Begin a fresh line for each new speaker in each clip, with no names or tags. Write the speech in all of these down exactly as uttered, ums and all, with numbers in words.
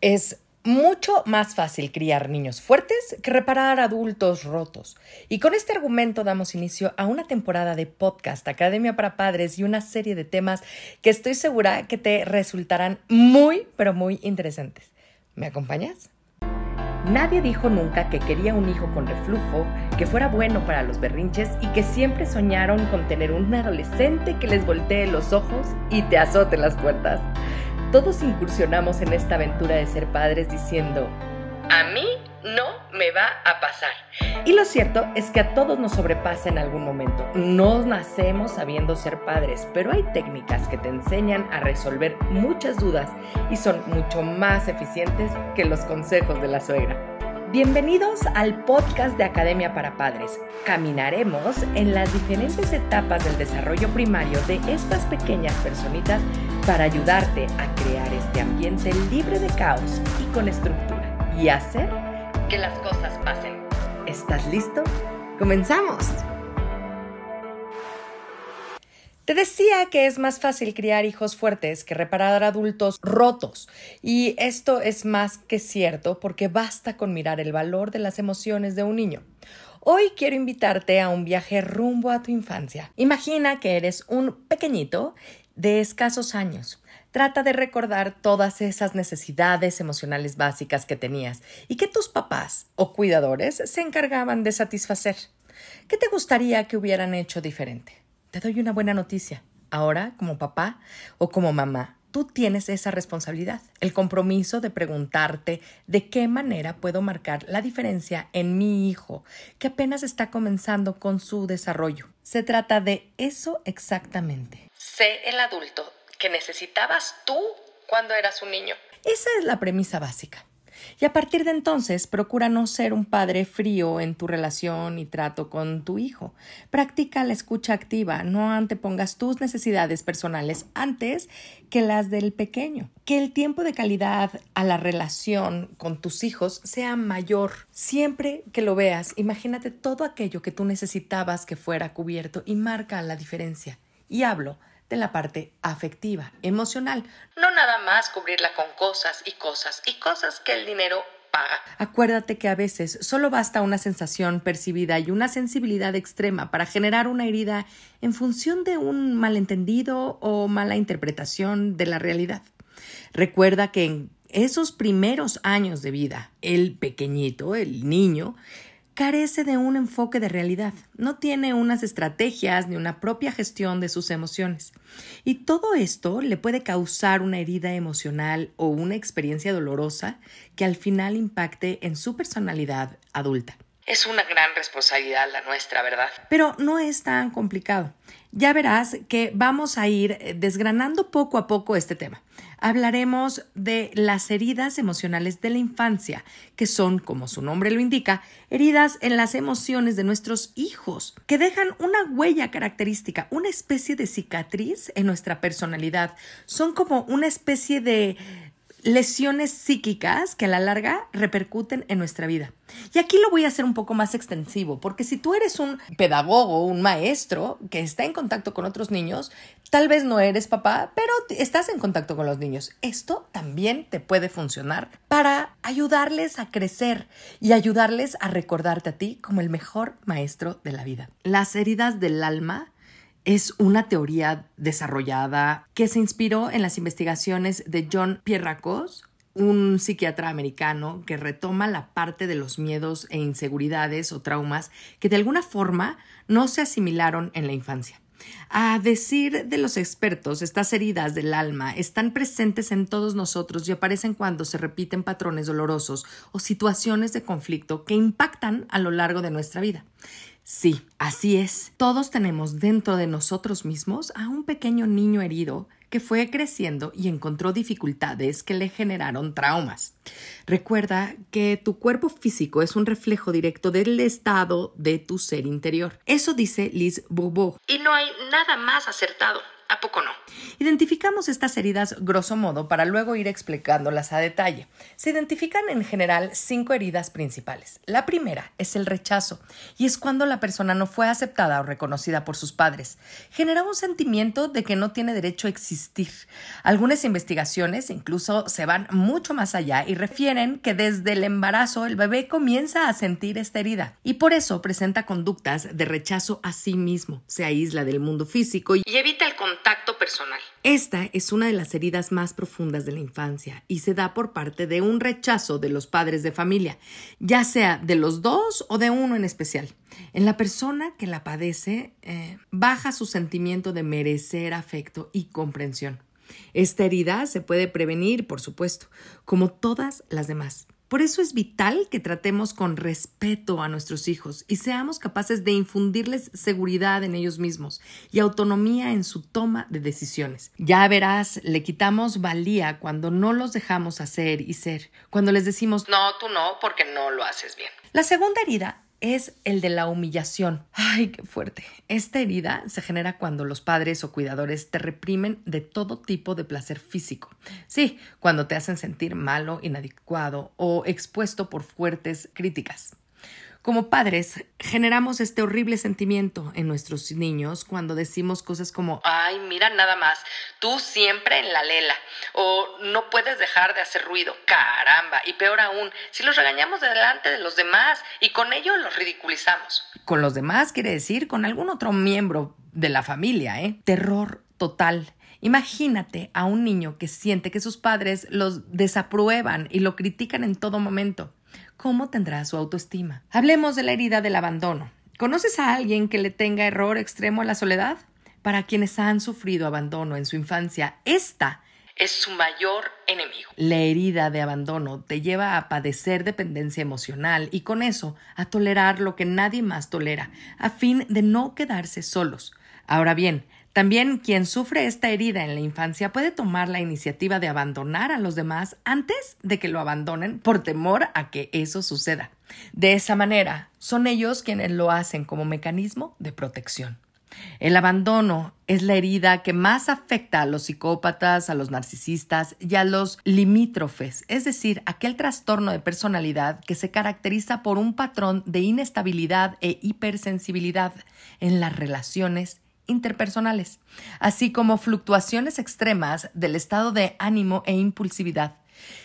Es mucho más fácil criar niños fuertes que reparar adultos rotos. Y con este argumento damos inicio a una temporada de podcast, Academia para Padres y una serie de temas que estoy segura que te resultarán muy, pero muy interesantes. ¿Me acompañas? Nadie dijo nunca que quería un hijo con reflujo, que fuera bueno para los berrinches y que siempre soñaron con tener un adolescente que les voltee los ojos y te azote las puertas. Todos incursionamos en esta aventura de ser padres diciendo, a mí no me va a pasar. Y lo cierto es que a todos nos sobrepasa en algún momento. No nacemos sabiendo ser padres, pero hay técnicas que te enseñan a resolver muchas dudas y son mucho más eficientes que los consejos de la suegra. Bienvenidos al podcast de Academia para Padres. Caminaremos en las diferentes etapas del desarrollo primario de estas pequeñas personitas para ayudarte a crear este ambiente libre de caos y con estructura y hacer que las cosas pasen. ¿Estás listo? ¡Comenzamos! Te decía que es más fácil criar hijos fuertes que reparar adultos rotos. Y esto es más que cierto porque basta con mirar el valor de las emociones de un niño. Hoy quiero invitarte a un viaje rumbo a tu infancia. Imagina que eres un pequeñito de escasos años. Trata de recordar todas esas necesidades emocionales básicas que tenías y que tus papás o cuidadores se encargaban de satisfacer. ¿Qué te gustaría que hubieran hecho diferente? Te doy una buena noticia. Ahora, como papá o como mamá, tú tienes esa responsabilidad, el compromiso de preguntarte de qué manera puedo marcar la diferencia en mi hijo, que apenas está comenzando con su desarrollo. Se trata de eso exactamente. Sé el adulto que necesitabas tú cuando eras un niño. Esa es la premisa básica. Y a partir de entonces, procura no ser un padre frío en tu relación y trato con tu hijo. Practica la escucha activa, no antepongas tus necesidades personales antes que las del pequeño. Que el tiempo de calidad a la relación con tus hijos sea mayor. Siempre que lo veas, imagínate todo aquello que tú necesitabas que fuera cubierto y marca la diferencia. Y hablo de la parte afectiva, emocional. No nada más cubrirla con cosas y cosas y cosas que el dinero paga. Acuérdate que a veces solo basta una sensación percibida y una sensibilidad extrema para generar una herida en función de un malentendido o mala interpretación de la realidad. Recuerda que en esos primeros años de vida, el pequeñito, el niño, carece de un enfoque de realidad, no tiene unas estrategias ni una propia gestión de sus emociones. Y todo esto le puede causar una herida emocional o una experiencia dolorosa que al final impacte en su personalidad adulta. Es una gran responsabilidad la nuestra, ¿verdad? Pero no es tan complicado. Ya verás que vamos a ir desgranando poco a poco este tema. Hablaremos de las heridas emocionales de la infancia, que son, como su nombre lo indica, heridas en las emociones de nuestros hijos, que dejan una huella característica, una especie de cicatriz en nuestra personalidad. Son como una especie de lesiones psíquicas que a la larga repercuten en nuestra vida. Y aquí lo voy a hacer un poco más extensivo, porque si tú eres un pedagogo, un maestro que está en contacto con otros niños, tal vez no eres papá, pero estás en contacto con los niños. Esto también te puede funcionar para ayudarles a crecer y ayudarles a recordarte a ti como el mejor maestro de la vida. Las heridas del alma es una teoría desarrollada que se inspiró en las investigaciones de John Pierrakos, un psiquiatra americano que retoma la parte de los miedos e inseguridades o traumas que de alguna forma no se asimilaron en la infancia. A decir de los expertos, estas heridas del alma están presentes en todos nosotros y aparecen cuando se repiten patrones dolorosos o situaciones de conflicto que impactan a lo largo de nuestra vida. Sí, así es. Todos tenemos dentro de nosotros mismos a un pequeño niño herido que fue creciendo y encontró dificultades que le generaron traumas. Recuerda que tu cuerpo físico es un reflejo directo del estado de tu ser interior. Eso dice Lise Bourbeau. Y no hay nada más acertado. ¿A poco no? Identificamos estas heridas grosso modo para luego ir explicándolas a detalle. Se identifican en general cinco heridas principales. La primera es el rechazo y es cuando la persona no fue aceptada o reconocida por sus padres. Genera un sentimiento de que no tiene derecho a existir. Algunas investigaciones incluso se van mucho más allá y refieren que desde el embarazo el bebé comienza a sentir esta herida y por eso presenta conductas de rechazo a sí mismo, se aísla del mundo físico y evita el contacto personal. Esta es una de las heridas más profundas de la infancia y se da por parte de un rechazo de los padres de familia, ya sea de los dos o de uno en especial. En la persona que la padece, eh, baja su sentimiento de merecer afecto y comprensión. Esta herida se puede prevenir, por supuesto, como todas las demás. Por eso es vital que tratemos con respeto a nuestros hijos y seamos capaces de infundirles seguridad en ellos mismos y autonomía en su toma de decisiones. Ya verás, le quitamos valía cuando no los dejamos hacer y ser, cuando les decimos no, tú no, porque no lo haces bien. La segunda herida es el de la humillación. ¡Ay, qué fuerte! Esta herida se genera cuando los padres o cuidadores te reprimen de todo tipo de placer físico. Sí, cuando te hacen sentir malo, inadecuado o expuesto por fuertes críticas. Como padres, generamos este horrible sentimiento en nuestros niños cuando decimos cosas como «Ay, mira nada más, tú siempre en la lela» o «No puedes dejar de hacer ruido, caramba», y peor aún, si los regañamos delante de los demás y con ello los ridiculizamos. Con los demás quiere decir con algún otro miembro de la familia, ¿eh? Terror total. Imagínate a un niño que siente que sus padres los desaprueban y lo critican en todo momento. ¿Cómo tendrá su autoestima? Hablemos de la herida del abandono. ¿Conoces a alguien que le tenga error extremo a la soledad? Para quienes han sufrido abandono en su infancia, esta es su mayor enemigo. La herida de abandono te lleva a padecer dependencia emocional y con eso a tolerar lo que nadie más tolera, a fin de no quedarse solos. Ahora bien, también quien sufre esta herida en la infancia puede tomar la iniciativa de abandonar a los demás antes de que lo abandonen por temor a que eso suceda. De esa manera, son ellos quienes lo hacen como mecanismo de protección. El abandono es la herida que más afecta a los psicópatas, a los narcisistas y a los limítrofes, es decir, aquel trastorno de personalidad que se caracteriza por un patrón de inestabilidad e hipersensibilidad en las relaciones interpersonales, así como fluctuaciones extremas del estado de ánimo e impulsividad.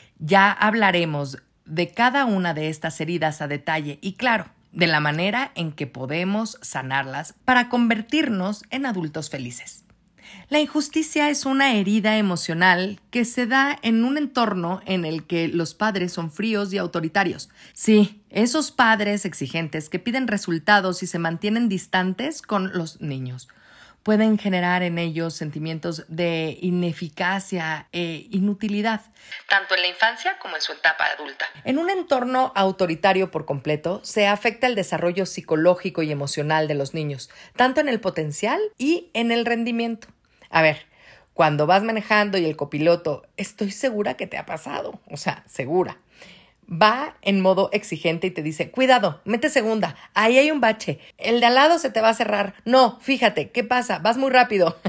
Ya hablaremos de cada una de estas heridas a detalle y, claro, de la manera en que podemos sanarlas para convertirnos en adultos felices. La injusticia es una herida emocional que se da en un entorno en el que los padres son fríos y autoritarios. Sí, esos padres exigentes que piden resultados y se mantienen distantes con los niños. Pueden generar en ellos sentimientos de ineficacia e inutilidad, tanto en la infancia como en su etapa adulta. En un entorno autoritario por completo, se afecta el desarrollo psicológico y emocional de los niños, tanto en el potencial y en el rendimiento. A ver, cuando vas manejando y el copiloto, estoy segura que te ha pasado, o sea, segura. Va en modo exigente y te dice, cuidado, mete segunda, ahí hay un bache, el de al lado se te va a cerrar, no, fíjate, ¿qué pasa? Vas muy rápido.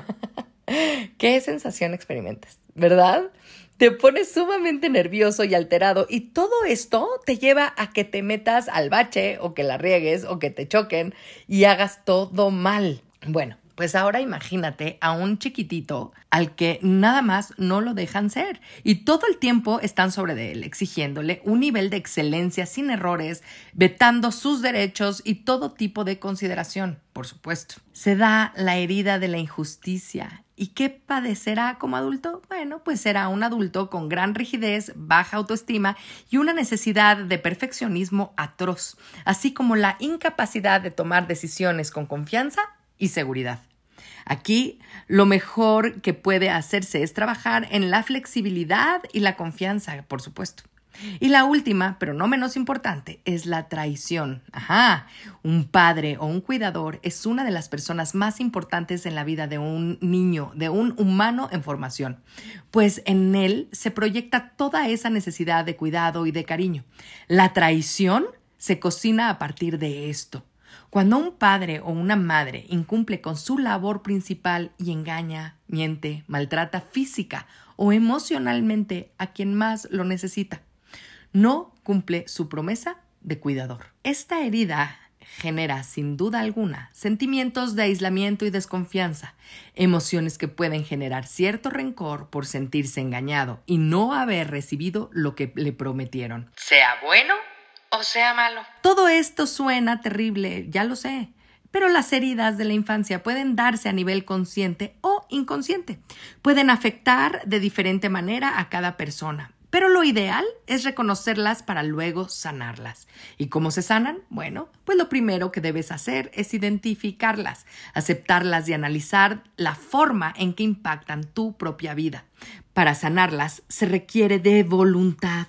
¿Qué sensación experimentas, verdad? Te pones sumamente nervioso y alterado y todo esto te lleva a que te metas al bache o que la riegues o que te choquen y hagas todo mal. Bueno, pues ahora imagínate a un chiquitito al que nada más no lo dejan ser y todo el tiempo están sobre de él, exigiéndole un nivel de excelencia sin errores, vetando sus derechos y todo tipo de consideración, por supuesto. Se da la herida de la injusticia. ¿Y qué padecerá como adulto? Bueno, pues será un adulto con gran rigidez, baja autoestima y una necesidad de perfeccionismo atroz, así como la incapacidad de tomar decisiones con confianza y seguridad. Aquí, lo mejor que puede hacerse es trabajar en la flexibilidad y la confianza, por supuesto. Y la última, pero no menos importante, es la traición. Ajá, un padre o un cuidador es una de las personas más importantes en la vida de un niño, de un humano en formación, pues en él se proyecta toda esa necesidad de cuidado y de cariño. La traición se cocina a partir de esto. Cuando un padre o una madre incumple con su labor principal y engaña, miente, maltrata física o emocionalmente a quien más lo necesita, no cumple su promesa de cuidador. Esta herida genera, sin duda alguna, sentimientos de aislamiento y desconfianza, emociones que pueden generar cierto rencor por sentirse engañado y no haber recibido lo que le prometieron, sea bueno o sea malo. Todo esto suena terrible, ya lo sé, pero las heridas de la infancia pueden darse a nivel consciente o inconsciente. Pueden afectar de diferente manera a cada persona. Pero lo ideal es reconocerlas para luego sanarlas. ¿Y cómo se sanan? Bueno, pues lo primero que debes hacer es identificarlas, aceptarlas y analizar la forma en que impactan tu propia vida. Para sanarlas se requiere de voluntad.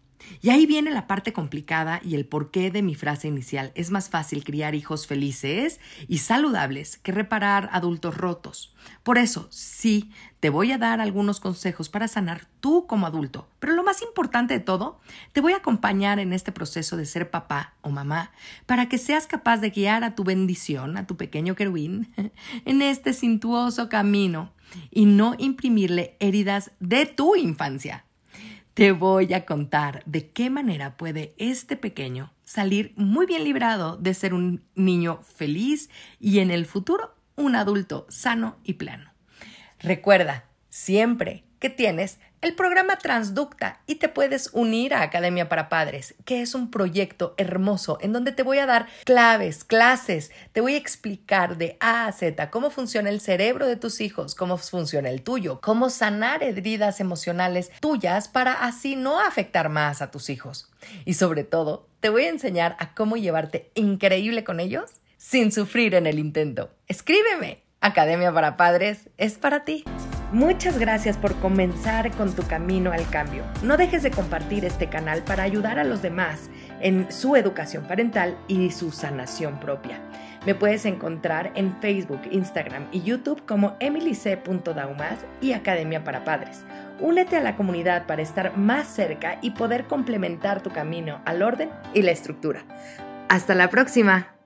Y ahí viene la parte complicada y el porqué de mi frase inicial. Es más fácil criar hijos felices y saludables que reparar adultos rotos. Por eso, sí, te voy a dar algunos consejos para sanar tú como adulto. Pero lo más importante de todo, te voy a acompañar en este proceso de ser papá o mamá para que seas capaz de guiar a tu bendición, a tu pequeño querubín, en este suntuoso camino y no imprimirle heridas de tu infancia. Te voy a contar de qué manera puede este pequeño salir muy bien librado de ser un niño feliz y en el futuro un adulto sano y pleno. Recuerda siempre que tienes el programa Transducta y te puedes unir a Academia para Padres, que es un proyecto hermoso en donde te voy a dar claves, clases, te voy a explicar de A a Z cómo funciona el cerebro de tus hijos, cómo funciona el tuyo, cómo sanar heridas emocionales tuyas para así no afectar más a tus hijos. Y sobre todo, te voy a enseñar a cómo llevarte increíble con ellos sin sufrir en el intento. Escríbeme. Academia para Padres es para ti. Muchas gracias por comenzar con tu camino al cambio. No dejes de compartir este canal para ayudar a los demás en su educación parental y su sanación propia. Me puedes encontrar en Facebook, Instagram y YouTube como emily c punto daumas y Academia para Padres. Únete a la comunidad para estar más cerca y poder complementar tu camino al orden y la estructura. ¡Hasta la próxima!